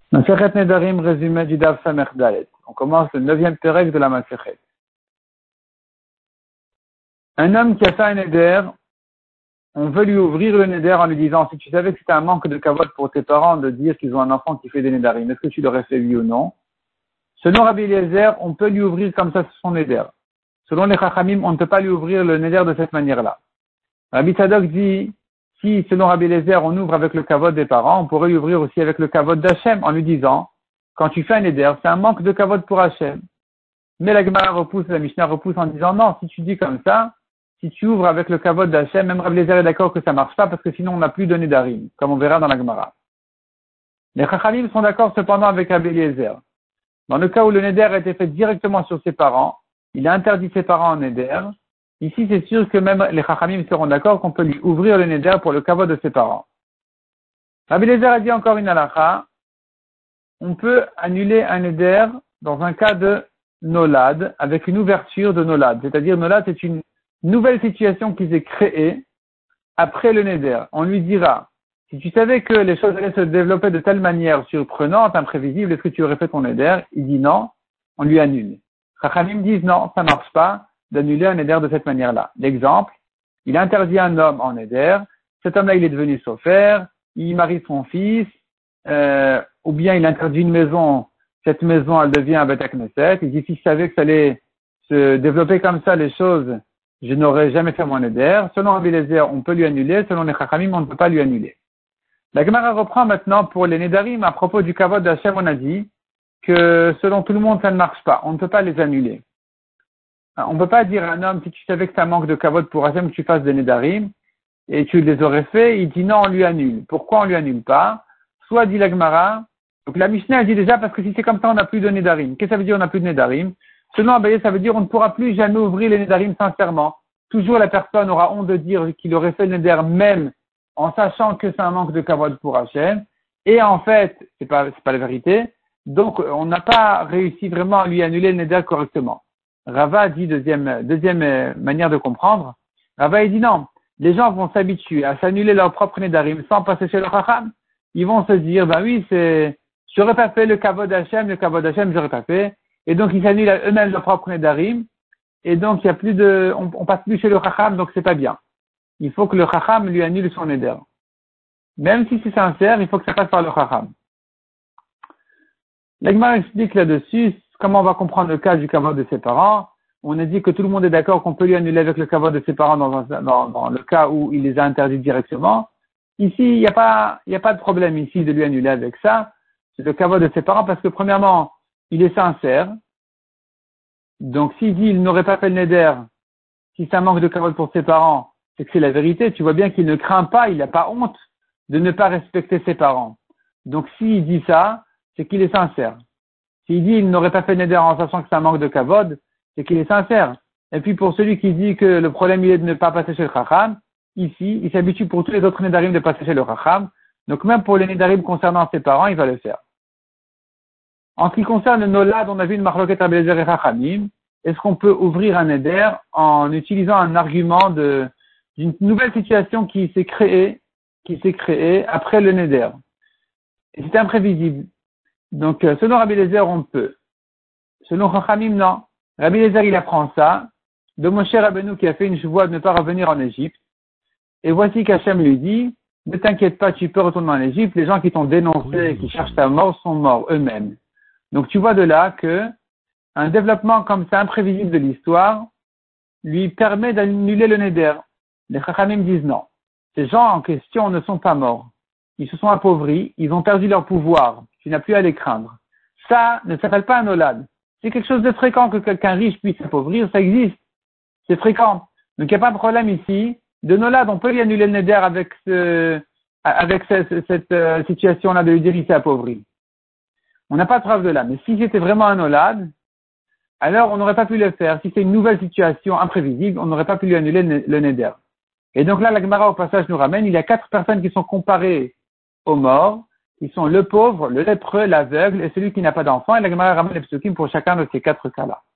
Masechet Nedarim, résumé du Daf Samech Dalet. On commence le 9e pérec de la Masechet. Un homme qui a fait un neder, on veut lui ouvrir le neder en lui disant, si tu savais que c'était un manque de kavod pour tes parents de dire qu'ils ont un enfant qui fait des nedarim, est-ce que tu l'aurais fait oui ou non? Selon Rabbi Eliezer, on peut lui ouvrir comme ça son neder. Selon les Chachamim, on ne peut pas lui ouvrir le neder de cette manière-là. Rabbi Tzadok dit, si selon Rabbi Eliezer, on ouvre avec le kavod des parents, on pourrait lui ouvrir aussi avec le kavod d'Hachem en lui disant, quand tu fais un neder, c'est un manque de kavod pour Hachem. Mais la Gemara repousse, la Mishnah repousse en disant, non, si tu dis comme ça, si tu ouvres avec le kavod d'Hachem, même Rabbi Eliezer est d'accord que ça marche pas parce que sinon on n'a plus de nedarim, comme on verra dans la Gemara. Les Chachamim sont d'accord cependant avec Rabbi Eliezer. Dans le cas où le neder a été fait directement sur ses parents, il a interdit ses parents en neder. Ici, c'est sûr que même les Chachamim seront d'accord qu'on peut lui ouvrir le neder pour le kavod de ses parents. Rabbi Eliezer a dit encore une halakha, on peut annuler un neder dans un cas de nolad, avec une ouverture de nolad. C'est-à-dire, nolad, c'est une nouvelle situation qui s'est créée après le neder. On lui dira, si tu savais que les choses allaient se développer de telle manière surprenante, imprévisible, est-ce que tu aurais fait ton neder? Il dit non, on lui annule. Chachamim disent non, ça marche pas d'annuler un neder de cette manière-là. L'exemple, il interdit un homme en neder, cet homme-là il est devenu sofer, il marie son fils, ou bien il interdit une maison, cette maison elle devient un Beth Knesset, il dit si je savais que ça allait se développer comme ça les choses, je n'aurais jamais fait mon neder. Selon Rabbi Eliezer, on peut lui annuler, selon les Chachamim, on ne peut pas lui annuler. La Gemara reprend maintenant pour les nedarim à propos du kavod d'Hachem, on a dit que selon tout le monde ça ne marche pas, on ne peut pas les annuler. On ne peut pas dire à un homme, si tu savais que ça manque de kavod pour Hachem, que tu fasses des nedarim, et tu les aurais fait, il dit non, on lui annule. Pourquoi on lui annule pas? Soit dit la Gemara, donc la Mishnah elle dit déjà parce que si c'est comme ça, on n'a plus de nedarim. Qu'est-ce que ça veut dire on n'a plus de nedarim? Selon Abaye, ça veut dire on ne pourra plus jamais ouvrir les nedarim sincèrement. Toujours la personne aura honte de dire qu'il aurait fait le neder même en sachant que c'est un manque de kavod pour Hachem. Et en fait, c'est pas la vérité. Donc, on n'a pas réussi vraiment à lui annuler le neder correctement. Rava dit deuxième manière de comprendre. Rava il dit non. Les gens vont s'habituer à s'annuler leur propre nedarim sans passer chez le chacham. Ils vont se dire, ben oui, j'aurais pas fait le kavod Hachem, j'aurais pas fait. Et donc, ils s'annulent eux-mêmes leur propre nedarim. Et donc, il y a plus on passe plus chez le chacham, donc c'est pas bien. Il faut que le chacham lui annule son neder. Même si c'est sincère, il faut que ça passe par le chacham. L'Agmar explique là-dessus comment on va comprendre le cas du kavod de ses parents. On a dit que tout le monde est d'accord qu'on peut lui annuler avec le kavod de ses parents dans le cas où il les a interdits directement. Ici, il n'y a pas de problème ici de lui annuler avec ça. C'est le kavod de ses parents parce que premièrement, il est sincère. Donc, s'il dit il n'aurait pas fait le neder, si ça manque de kavod pour ses parents, c'est que c'est la vérité. Tu vois bien qu'il ne craint pas, il n'a pas honte de ne pas respecter ses parents. Donc, s'il dit ça, c'est qu'il est sincère. S'il dit il n'aurait pas fait neder en sachant que ça manque de kavod, c'est qu'il est sincère. Et puis, pour celui qui dit que le problème il est de ne pas passer chez le chacham, ici, il s'habitue pour tous les autres nedarim de passer chez le chacham. Donc, même pour les nedarim concernant ses parents, il va le faire. En ce qui concerne le nolad, on a vu une marloquette Rabbi Eliezer et Chachamim. Est-ce qu'on peut ouvrir un neder en utilisant un argument d'une nouvelle situation qui s'est créée après le neder? Et c'est imprévisible. Donc, selon Rabbi Eliezer, on peut. Selon Chachamim, non. Rabbi Eliezer, il apprend ça de Moshe Rabbeinu qui a fait une chevoie de ne pas revenir en Égypte. Et voici qu'Hachem lui dit, ne t'inquiète pas, tu peux retourner en Égypte. Les gens qui t'ont dénoncé, qui cherchent ta mort, sont morts eux-mêmes. Donc, tu vois de là que un développement comme ça, imprévisible de l'histoire, lui permet d'annuler le neder. Les Chachamim disent non. Ces gens en question ne sont pas morts. Ils se sont appauvris, ils ont perdu leur pouvoir. Tu n'as plus à les craindre. Ça ne s'appelle pas un nolad. C'est quelque chose de fréquent que quelqu'un riche puisse s'appauvrir, ça existe. C'est fréquent. Donc il n'y a pas de problème ici. De nolad, on peut lui annuler le neder avec cette situation-là de lui dire il s'est appauvri. On n'a pas de preuve de là. Mais si c'était vraiment un nolad, alors on n'aurait pas pu le faire. Si c'est une nouvelle situation imprévisible, on n'aurait pas pu lui annuler le neder. Et donc là, la Gemara au passage nous ramène, il y a 4 personnes qui sont comparées aux morts, qui sont le pauvre, le lépreux, l'aveugle et celui qui n'a pas d'enfant. Et la Gemara ramène les psukim pour chacun de ces 4 cas-là.